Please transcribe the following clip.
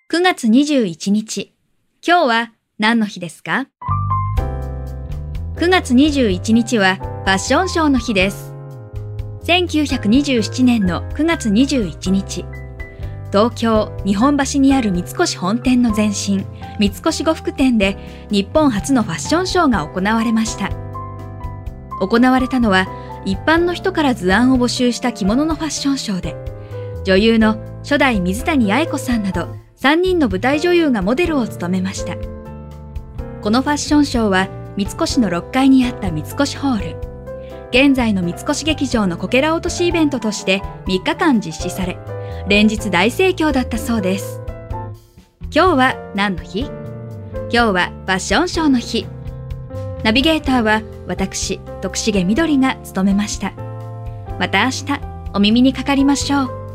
9月21日、今日は何の日ですか？ 9 月21日はファッションショーの日です。1927年の9月21日、東京・日本橋にある三越本店の前身、三越呉服店で日本初のファッションショーが行われました。行われたのは一般の人から図案を募集した着物のファッションショーで、女優の初代水谷八重子さんなど3人の舞台女優がモデルを務めました。このファッションショーは三越の6階にあった三越ホール、現在の三越劇場のこけら落としイベントとして3日間実施され、連日大盛況だったそうです。今日は何の日？今日はファッションショーの日。ナビゲーターは私、徳重みどりが務めました。また明日お耳にかかりましょう。